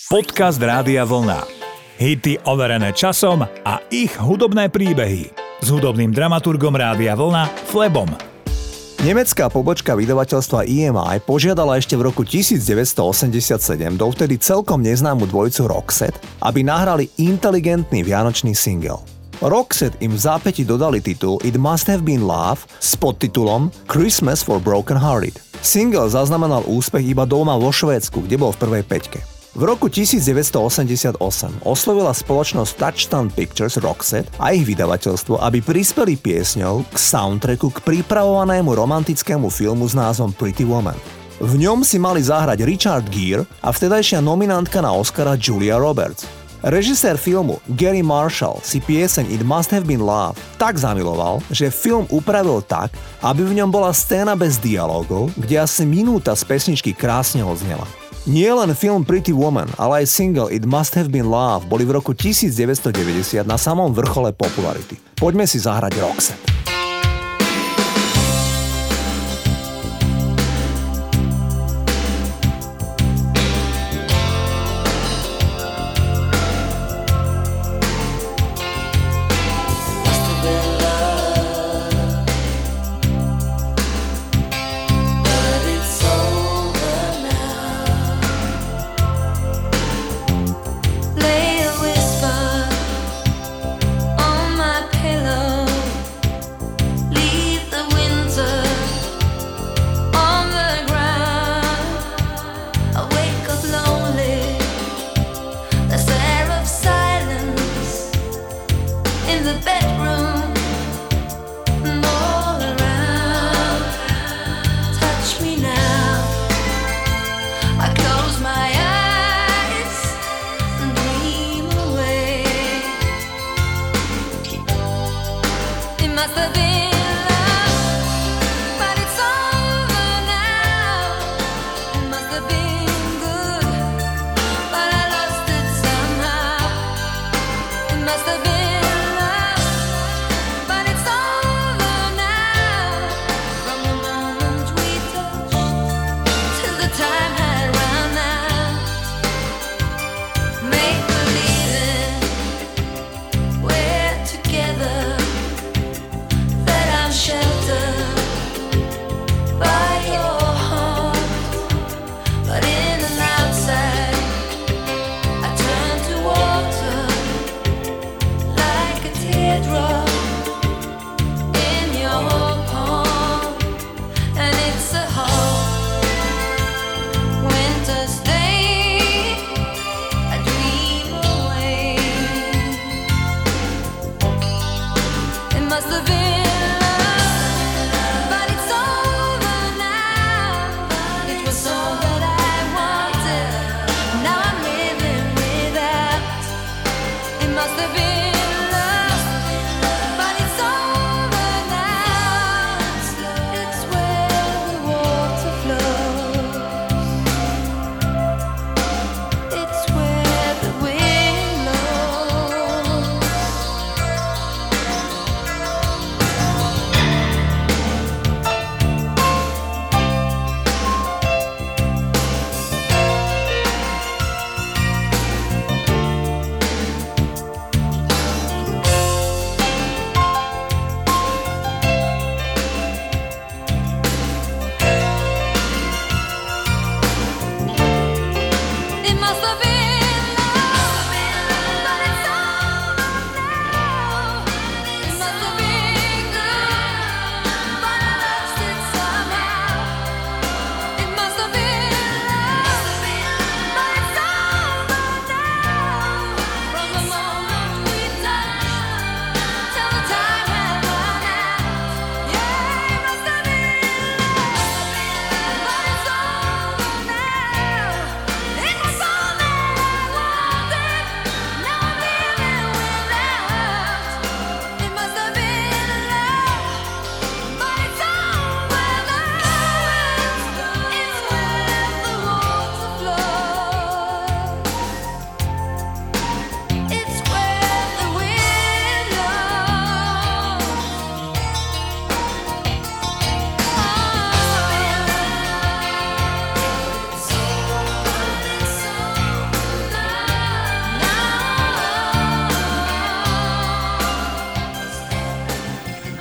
Podcast Rádia Vlna. Hity overené časom a ich hudobné príbehy. S hudobným dramaturgom Rádia Vlna, Flebom. Nemecká pobočka vydavateľstva EMI požiadala ešte v roku 1987 dovtedy celkom neznámu dvojicu Roxette, aby nahrali inteligentný vianočný single. Roxette im v zápäti dodali titul It Must Have Been Love s podtitulom Christmas for Broken Hearted. Single zaznamenal úspech iba doma vo Švédsku, kde bol v prvej päťke. V roku 1988 oslovila spoločnosť Touchstone Pictures Roxette a ich vydavateľstvo, aby prispeli piesňou k soundtracku k pripravovanému romantickému filmu s názvom Pretty Woman. V ňom si mali zahrať Richard Gere a vtedajšia nominantka na Oscara Julia Roberts. Režisér filmu Gary Marshall si pieseň It Must Have Been Love tak zamiloval, že film upravil tak, aby v ňom bola scéna bez dialógov, kde asi minúta z pesničky krásne odznela. Nie len film Pretty Woman, ale aj single It Must Have Been Love boli v roku 1990 na samom vrchole popularity. Poďme si zahrať Roxette.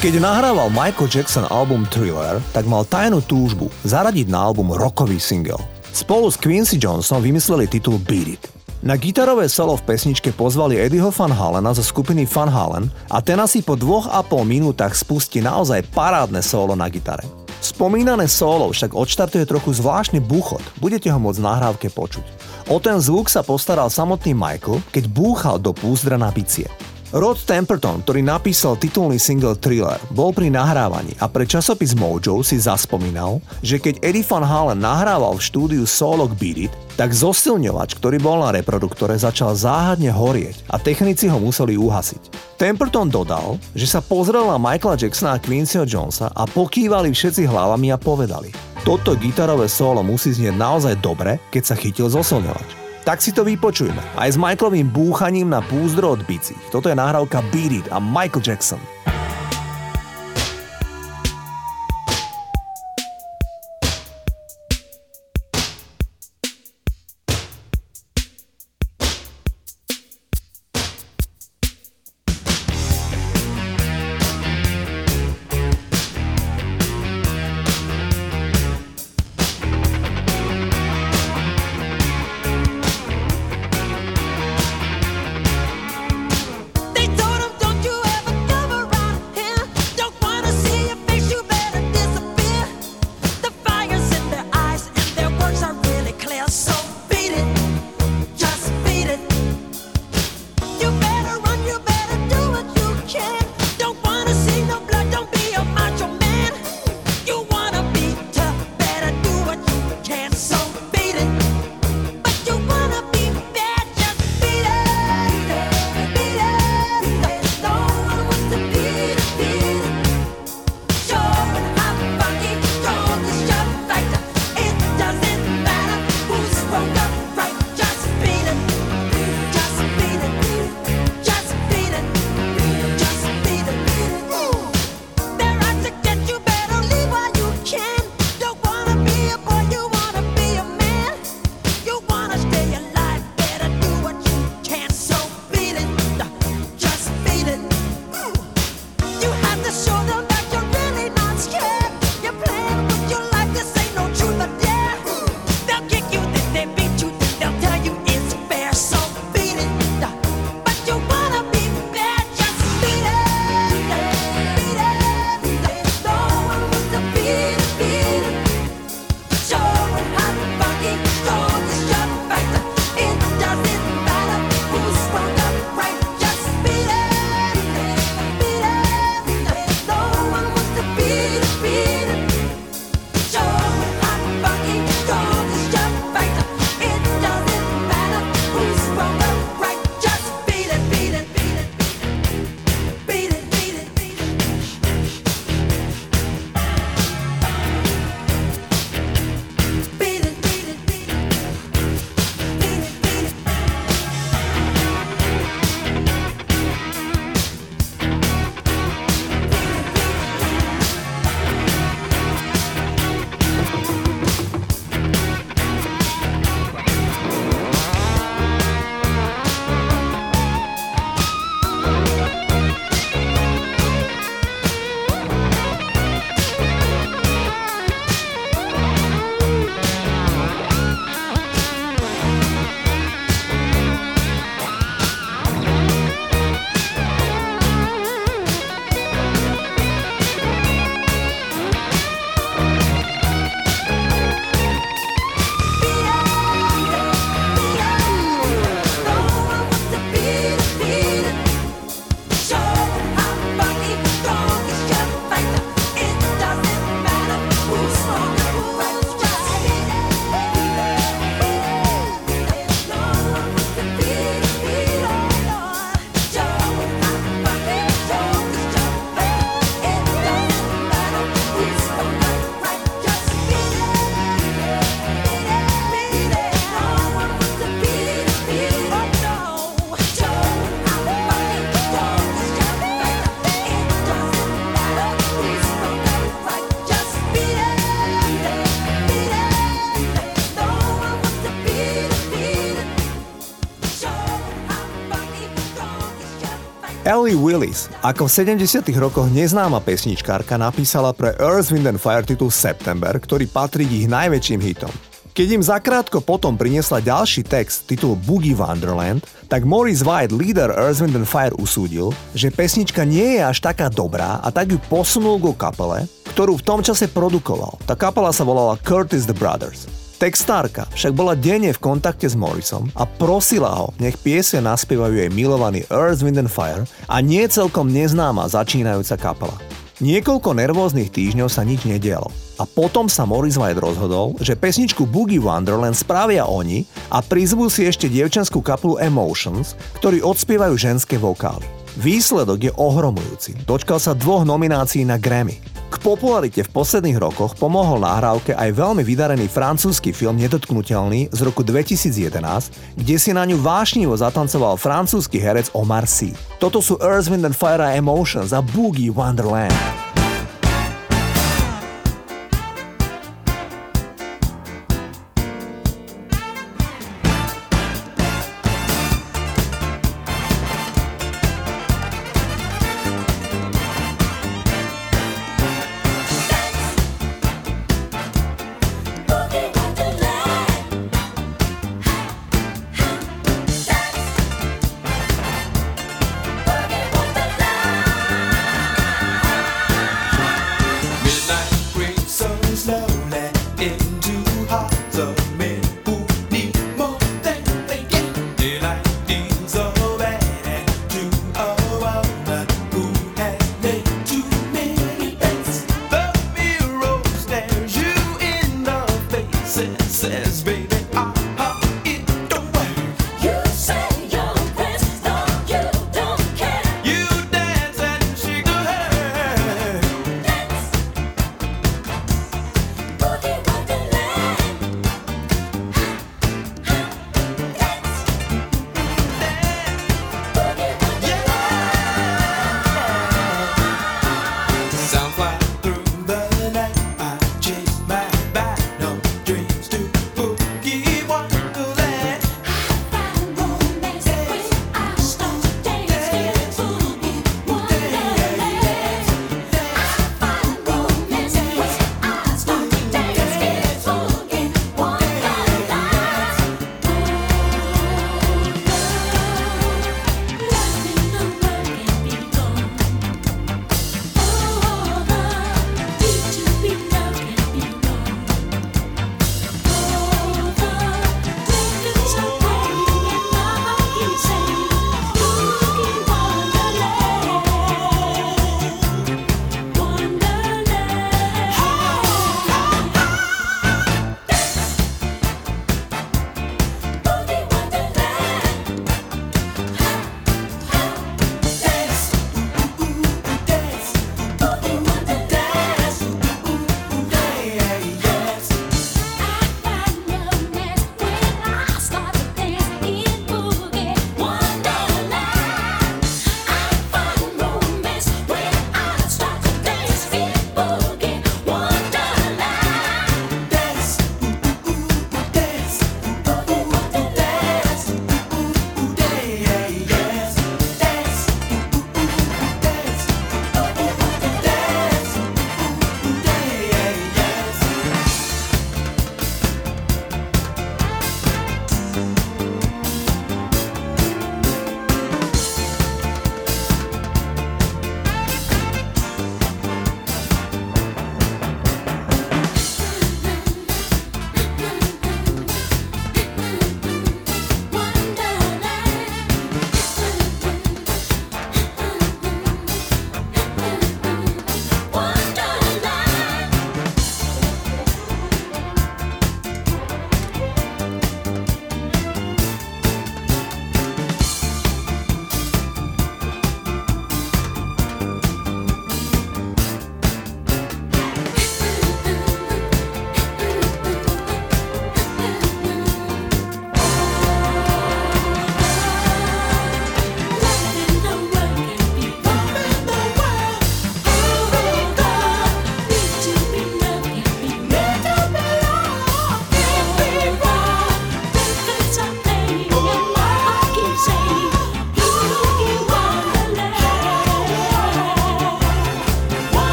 Keď nahrával Michael Jackson album Thriller, tak mal tajnú túžbu zaradiť na album rockový single. Spolu s Quincy Jonesom vymysleli titul Beat It. Na gitarové solo v pesničke pozvali Eddieho Van Halena zo skupiny Van Halen a ten asi po 2,5 minútach spustí naozaj parádne solo na gitare. Spomínané solo však odštartuje trochu zvláštny búchot, budete ho môcť v nahrávke počuť. O ten zvuk sa postaral samotný Michael, keď búchal do púzdra na bicie. Rod Temperton, ktorý napísal titulný single Thriller, bol pri nahrávaní a pre časopis Mojo si zaspomínal, že keď Eddie Van Halen nahrával v štúdiu solo k Beat It, tak zosilňovač, ktorý bol na reproduktore, začal záhadne horieť a technici ho museli uhasiť. Temperton dodal, že sa pozrel na Michaela Jacksona a Quincyho Jonesa a pokývali všetci hlavami a povedali: toto gitarové solo musí znieť naozaj dobre, keď sa chytil zosilňovač. Tak si to vypočujme, aj s Michaelovým búchaním na púzdro od bicích. Toto je nahrávka Beat It a Michael Jackson. They told him, don't you ever come around. Ellie Willis, ako v 70. rokoch neznáma pesničkárka, napísala pre Earth, Wind & Fire titul September, ktorý patrí k ich najväčším hitom. Keď im zakrátko potom priniesla ďalší text, titul Boogie Wonderland, tak Maurice White, líder Earth, Wind & Fire, usúdil, že pesnička nie je až taká dobrá a tak ju posunul go kapele, ktorú v tom čase produkoval. Tá kapela sa volala Curtis the Brothers. Textárka však bola denne v kontakte s Morrisom a prosila ho, nech piese naspievajú jej milovaný Earth, Wind & Fire a nie celkom neznáma začínajúca kapela. Niekoľko nervóznych týždňov sa nič nedialo a potom sa Maurice White rozhodol, že pesničku Boogie Wonderland spravia oni a prizvú si ešte dievčanskú kapelu Emotions, ktorí odspievajú ženské vokály. Výsledok je ohromujúci. Dočkal sa 2 nominácií na Grammy. K popularite v posledných rokoch pomohol nahrávke aj veľmi vydarený francúzsky film Nedotknuteľný z roku 2011, kde si na ňu vášnivo zatancoval francúzsky herec Omar Sy. Toto sú Earth, Wind & Fire a Emotions a Boogie Wonderland.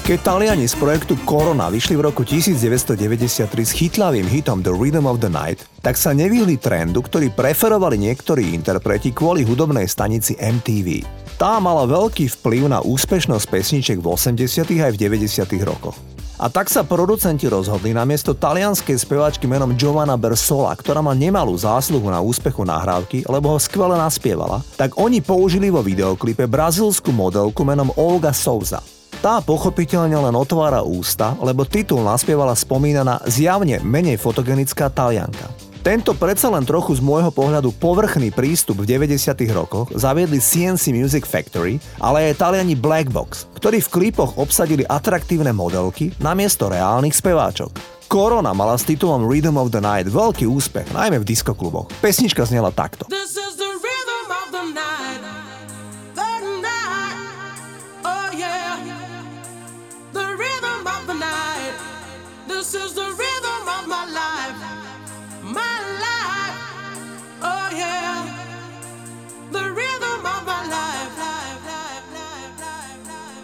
Keď Taliani z projektu Corona vyšli v roku 1993 s chytľavým hitom The Rhythm of the Night, tak sa nevyhli trendu, ktorý preferovali niektorí interpreti kvôli hudobnej stanici MTV. Tá mala veľký vplyv na úspešnosť pesničiek v 80. aj v 90. rokoch. A tak sa producenti rozhodli namiesto talianskej speváčky menom Giovanna Bersola, ktorá má nemalú zásluhu na úspechu nahrávky, lebo ho skvele naspievala, tak oni použili vo videoklipe brazílsku modelku menom Olga Souza. Tá pochopiteľne len otvára ústa, lebo titul naspievala spomínaná zjavne menej fotogenická Talianka. Tento predsa len trochu z môjho pohľadu povrchný prístup v 90. rokoch zaviedli CNC Music Factory, ale aj Taliani Black Box, ktorí v klipoch obsadili atraktívne modelky namiesto reálnych speváčok. Corona mala s titulom Rhythm of the Night veľký úspech, najmä v diskokluboch. Pesnička znela takto. This is the rhythm of the night. The night. Oh yeah. The rhythm of the night. This is the rhythm of my life. My life. Oh yeah. The rhythm of my life. Life, life, life, life, life.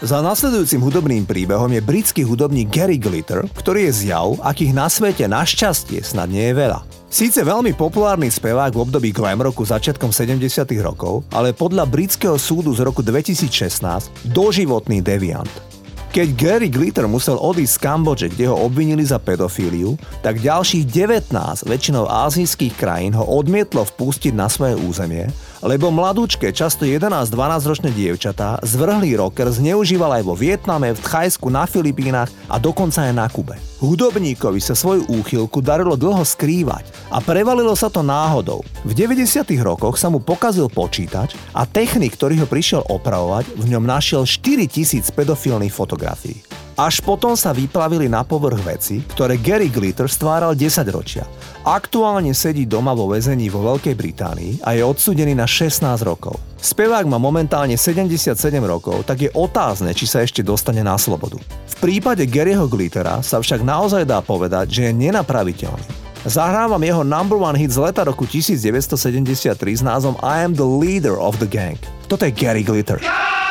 Za nasledujúcim hudobným príbehom je britský hudobník Gary Glitter, ktorý je zjav, akých na svete našťastie snad nie je veľa. Síce veľmi populárny spevák v období glam roku začiatkom 70. rokov, ale podľa britského súdu z roku 2016 doživotný deviant. Keď Gary Glitter musel odísť z Kambodže, kde ho obvinili za pedofíliu, tak ďalších 19 väčšinou ázijských krajín ho odmietlo vpustiť na svoje územie, lebo mladúčke, často 11-12 ročné dievčatá, zvrhlý rocker zneužíval aj vo Vietname, v Thajsku, na Filipínach a dokonca aj na Kube. Hudobníkovi sa svoju úchylku darilo dlho skrývať a prevalilo sa to náhodou. V 90. rokoch sa mu pokazil počítač a technik, ktorý ho prišiel opravovať, v ňom našiel 4000 pedofilných fotografií. Až potom sa vyplavili na povrch veci, ktoré Gary Glitter stváral 10 ročia. Aktuálne sedí doma vo väzení vo Veľkej Británii a je odsúdený na 16 rokov. Spevák má momentálne 77 rokov, tak je otázne, či sa ešte dostane na slobodu. V prípade Garyho Glittera sa však naozaj dá povedať, že je nenapraviteľný. Zahrávam jeho number one hit z leta roku 1973 s názvom I am the leader of the gang. Toto je Gary Glitter.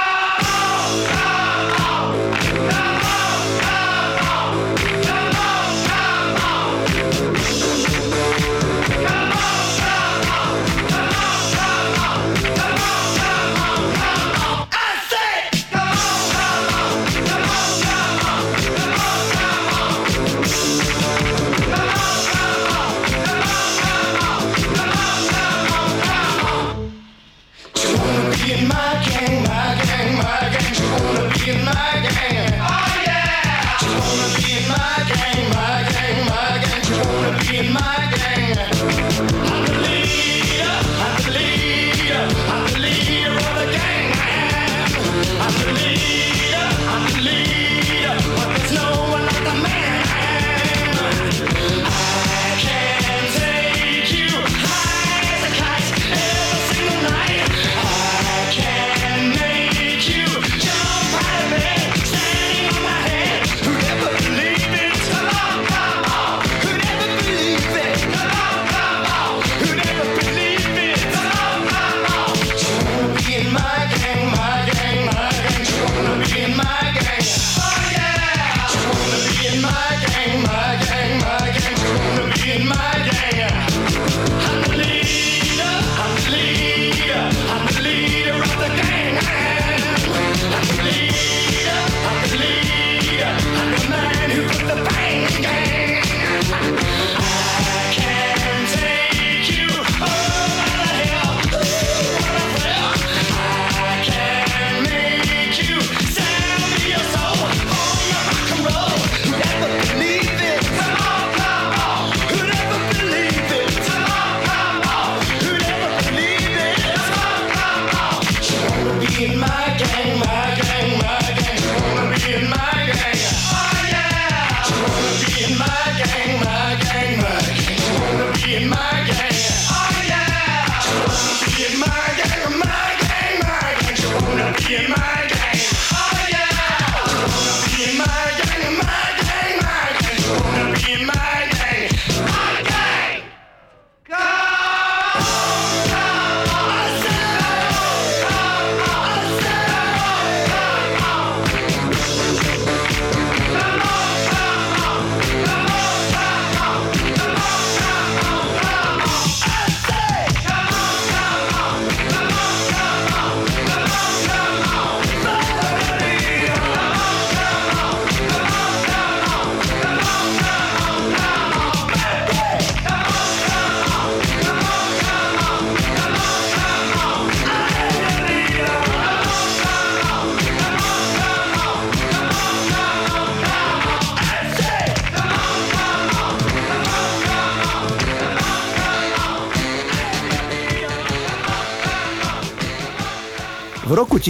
V roku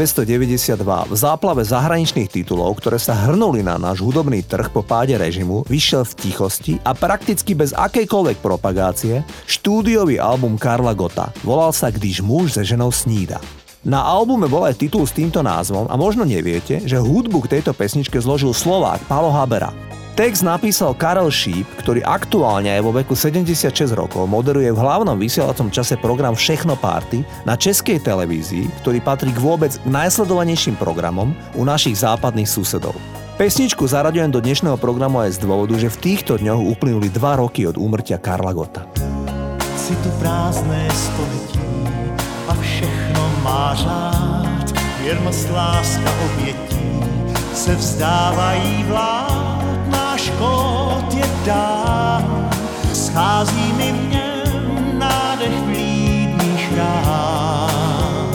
1992 v záplave zahraničných titulov, ktoré sa hrnuli na náš hudobný trh po páde režimu, vyšiel v tichosti a prakticky bez akejkoľvek propagácie štúdiový album Karla Gotta. Volal sa Když muž se ženou snída. Na albume bol aj titul s týmto názvom a možno neviete, že hudbu k tejto pesničke zložil Slovák Palo Habera. Text napísal Karel Šíp, ktorý aktuálne aj vo veku 76 rokov moderuje v hlavnom vysielacom čase program Všechno Party na Českej televízii, ktorý patrí k vôbec najsledovanejším programom u našich západných susedov. Pesničku zaraďujem do dnešného programu aj z dôvodu, že v týchto dňoch uplynuli 2 roky od úmrtia Karla Gotta. Si tu prázdné století a všechno má řád, věrnost, láska, obětí se vzdávají vlád. Náš kód je dán, schází mi v něm nádech vlídných rán.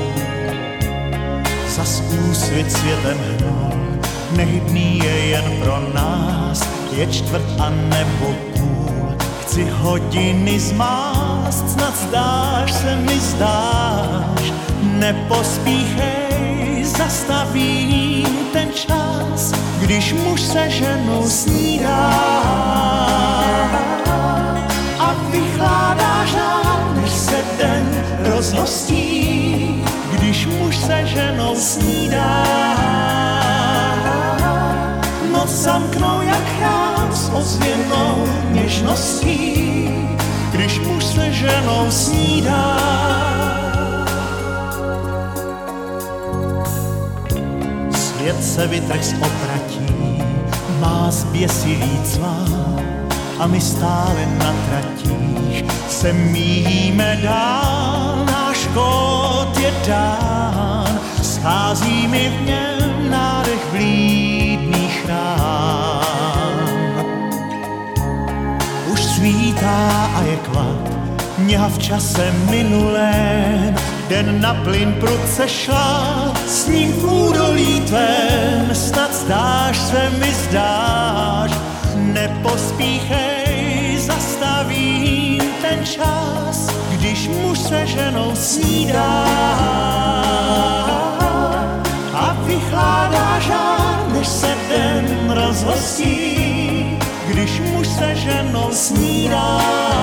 Zas úsvit světem hnul, nehybný je jen pro nás, je čtvrt a nebo půl. Chci hodiny zmást, snad zdáš se mi zdáš, nepospíchej, zastaví ten čas, když muž se ženou snídá a vychládá žár, než se den rozhostí. Když muž se ženou snídá, noc zamknou jak chrám s ozvěnou něžností. Když muž se ženou snídá, svět se vytrh z opratí, má zběsilý cvál a my stále na tratích se míjíme dál. Náš kód je dán, schází mi v něm nádech vlídných rán. Už svítá a je klad, mňa v čase minulém, den na plyn prudce šla, s ním v údolí tvém, snad zdáš se mi zdáš, nepospíchej, zastavím ten čas, když muž se ženou snídá a vychládá žár, než se den rozhostí, když muž se ženou snídá.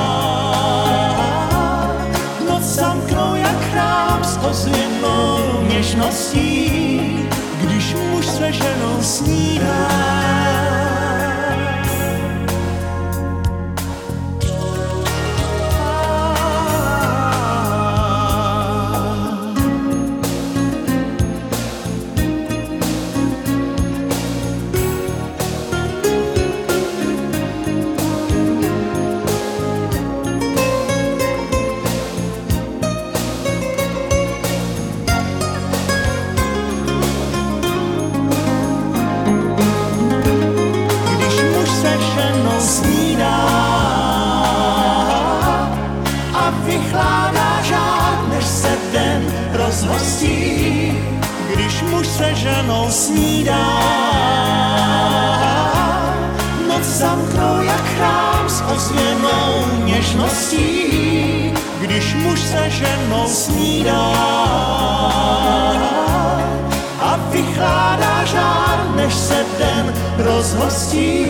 Noc zamknou jak chrám s ozvěnou něžností, když muž se ženou snídá. Když muž se ženou snídá, noc zamknou jak chrám s ozvěnou něžností. Když muž se ženou snídá a vychládá žár, než se den rozhostí.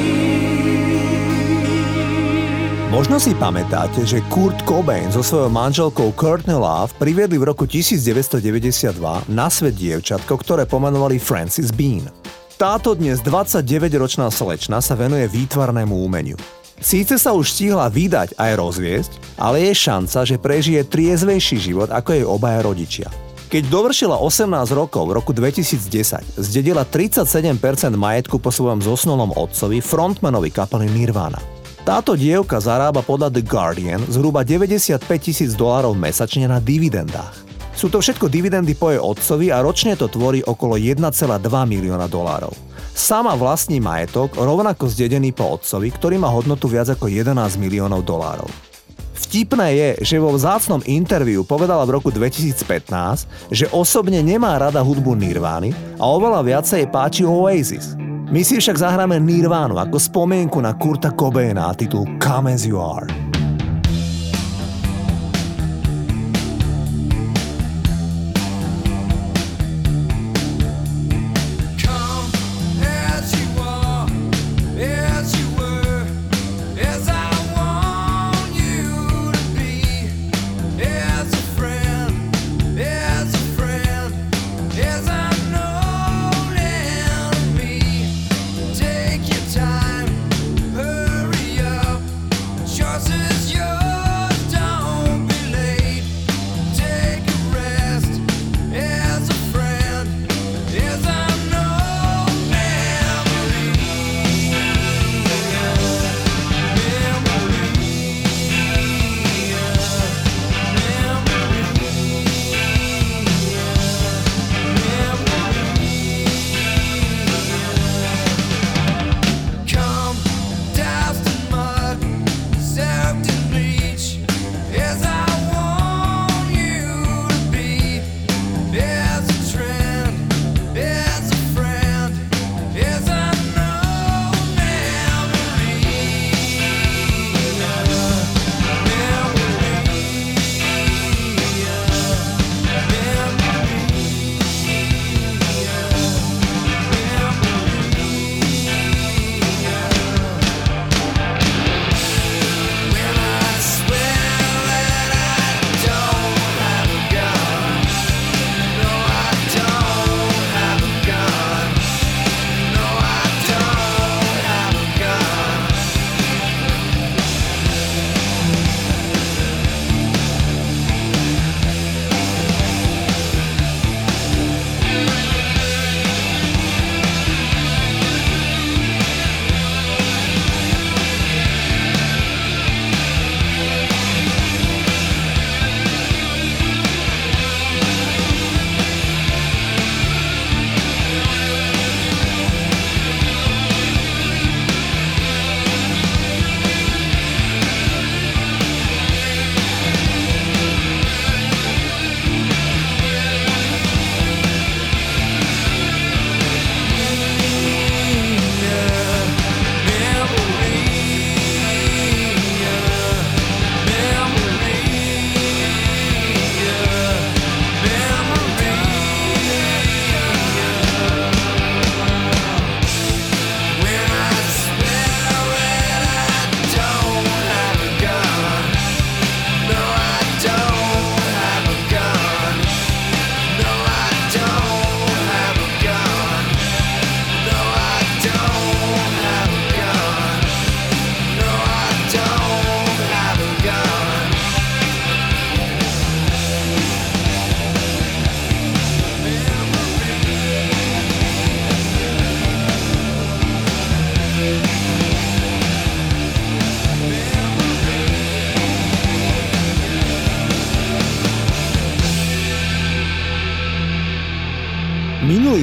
Možno si pamätáte, že Kurt Cobain so svojou manželkou Courtney Love priviedli v roku 1992 na svet dievčatko, ktoré pomenovali Frances Bean. Táto dnes 29-ročná slečna sa venuje výtvarnému umeniu. Síce sa už stihla vydať aj rozviesť, ale je šanca, že prežije triezvejší život ako jej obaja rodičia. Keď dovršila 18 rokov v roku 2010, zdedila 37% majetku po svojom zosnulom otcovi, frontmanovi kapely Nirvana. Táto dievka zarába podľa The Guardian zhruba $95,000 mesačne na dividendách. Sú to všetko dividendy po jej otcovi a ročne to tvorí okolo $1,2 milióna. Sama vlastní majetok rovnako zdedený po otcovi, ktorý má hodnotu viac ako $11 miliónov. Vtipné je, že vo vzácnom interviu povedala v roku 2015, že osobne nemá rada hudbu Nirvány a oveľa viac sa jej páči Oasis. My si však zahráme Nirvánu ako spomienku na Kurta Cobaina a titul Come As You Are. Time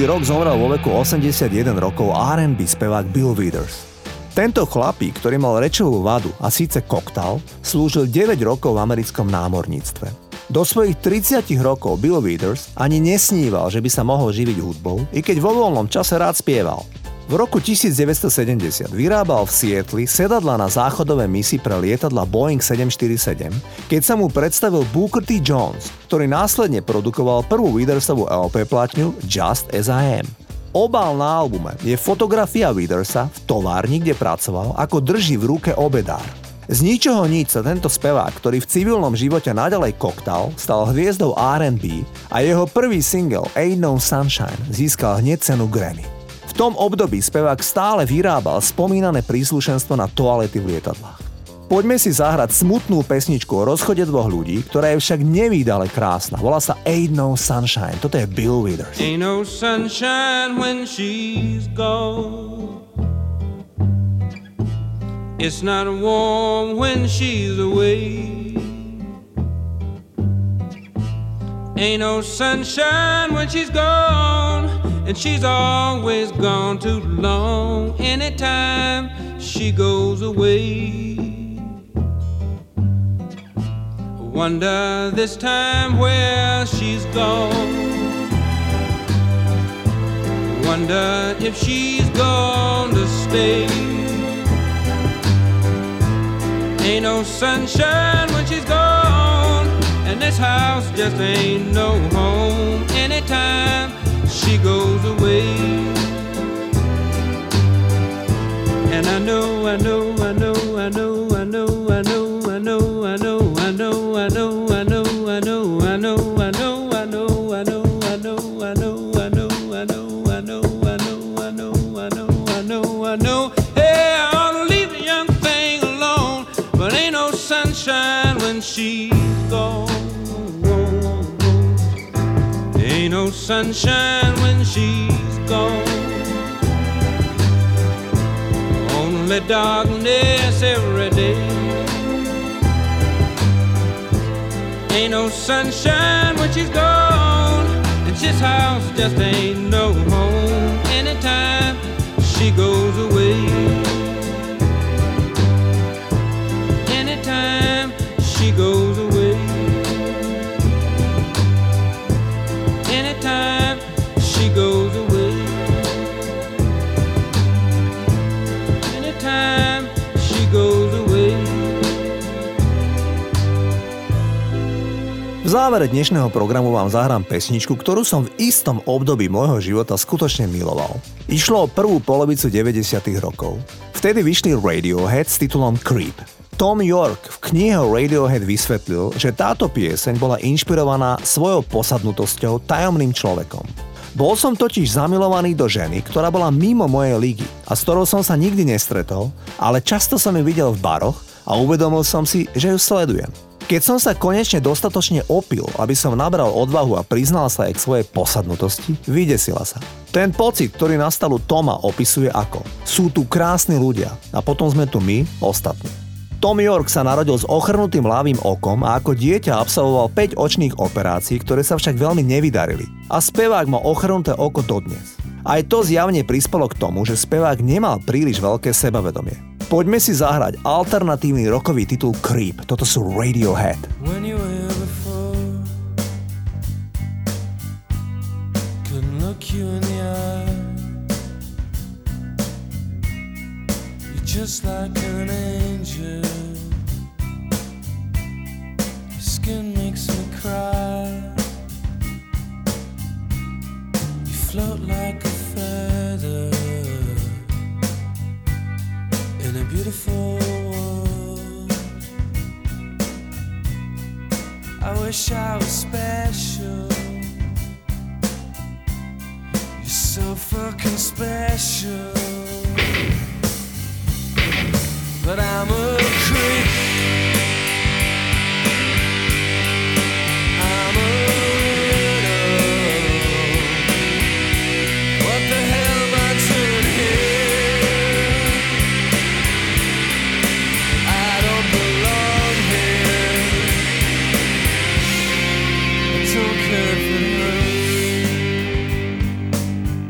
Minulý rok zomrel vo veku 81 rokov R&B spevák Bill Withers. Tento chlapík, ktorý mal rečovú vadu a síce koktal, slúžil 9 rokov v americkom námorníctve. Do svojich 30 rokov Bill Withers ani nesníval, že by sa mohol živiť hudbou, i keď vo voľnom čase rád spieval. V roku 1970 vyrábal v Seattle sedadla na záchodové misy pre lietadla Boeing 747, keď sa mu predstavil Booker T. Jones, ktorý následne produkoval prvú Withersovú LP platňu Just As I Am. Obal na albume je fotografia Withersa v továrni, kde pracoval, ako drží v ruke obedár. Z ničoho nič sa tento spevák, ktorý v civilnom živote naďalej koktal, stal hviezdou R&B a jeho prvý single Ain't No Sunshine získal hneď cenu Grammy. V tom období spevák stále vyrábal spomínané príslušenstvo na toalety v lietadlách. Poďme si zahrať smutnú pesničku o rozchode dvoch ľudí, ktorá je však nevídale krásna. Volá sa Ain't No Sunshine. Toto je Bill Withers. Ain't no sunshine when she's gone. It's not warm when she's away. Ain't no sunshine when she's gone. And she's always gone too long. Anytime she goes away. Wonder this time where she's gone. Wonder if she's gonna stay. Ain't no sunshine when she's gone, and this house just ain't no home anytime she goes away. And I know hey, I ought to leave the young thing alone, but ain't no sunshine when she's gone. Ain't no sunshine when she's gone. Only darkness every day. Ain't no sunshine when she's gone, and this house just ain't no home anytime she goes away. Anytime she goes away. Anytime she goes away. Anytime she goes away. V závere dnešného programu vám zahrám pesničku, ktorú som v istom období môjho života skutočne miloval. Išlo o prvú polovicu 90. rokov. Vtedy vyšli Radiohead s titulom Creep. Tom York v knihe Radiohead vysvetlil, že táto pieseň bola inšpirovaná svojou posadnutosťou tajomným človekom. Bol som totiž zamilovaný do ženy, ktorá bola mimo mojej ligy a s ktorou som sa nikdy nestretol, ale často som ju videl v baroch a uvedomil som si, že ju sledujem. Keď som sa konečne dostatočne opil, aby som nabral odvahu a priznal sa jej k svojej posadnutosti, vydesila sa. Ten pocit, ktorý nastal u Toma, opisuje ako: sú tu krásni ľudia a potom sme tu my, ostatní. Tom York sa narodil s ochrnutým ľavým okom a ako dieťa absolvoval 5 očných operácií, ktoré sa však veľmi nevydarili. A spevák má ochrnuté oko dodnes. Aj to zjavne prispelo k tomu, že spevák nemal príliš veľké sebavedomie. Poďme si zahrať alternatívny rockový titul Creep. Toto sú Radiohead. When you were before, couldn't look you in the eye. You're just like an angel. Your skin makes me cry. You float like a feather in a beautiful world. I wish I was special. You're so fucking special. But I'm a creep. I'm a widow. What the hell am I doing here? I don't belong here. I don't care if it hurts.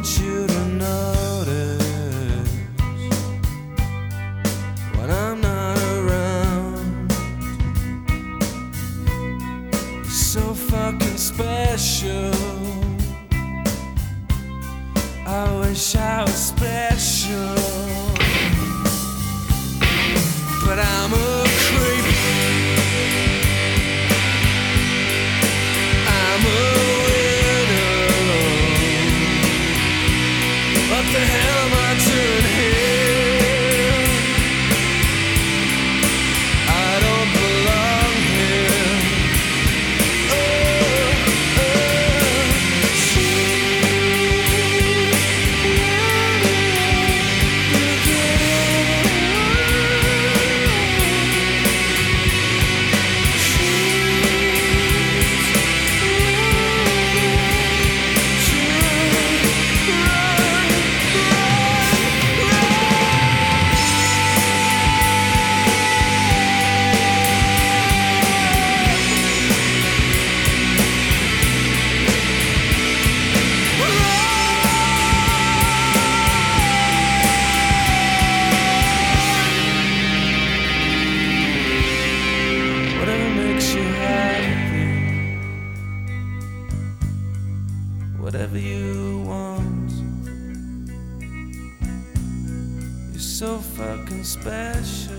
want you to notice when I'm not around. You're so fucking special. I wish I was special, but I'm a creep. I'm a widow. What the hell am I doing here? I don't belong here. Whatever makes you happy, whatever you want. You're so fucking special.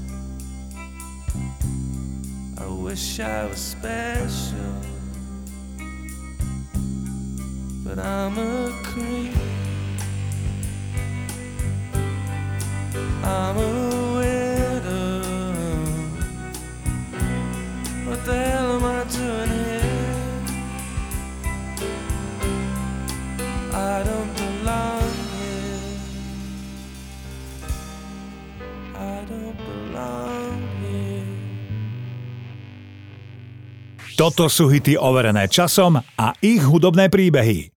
I wish I was special, but I'm a creep. I'm a widow. What the hell am I doing here? I don't belong here. I don't belong here. Toto sú hity overené časom a ich hudobné príbehy.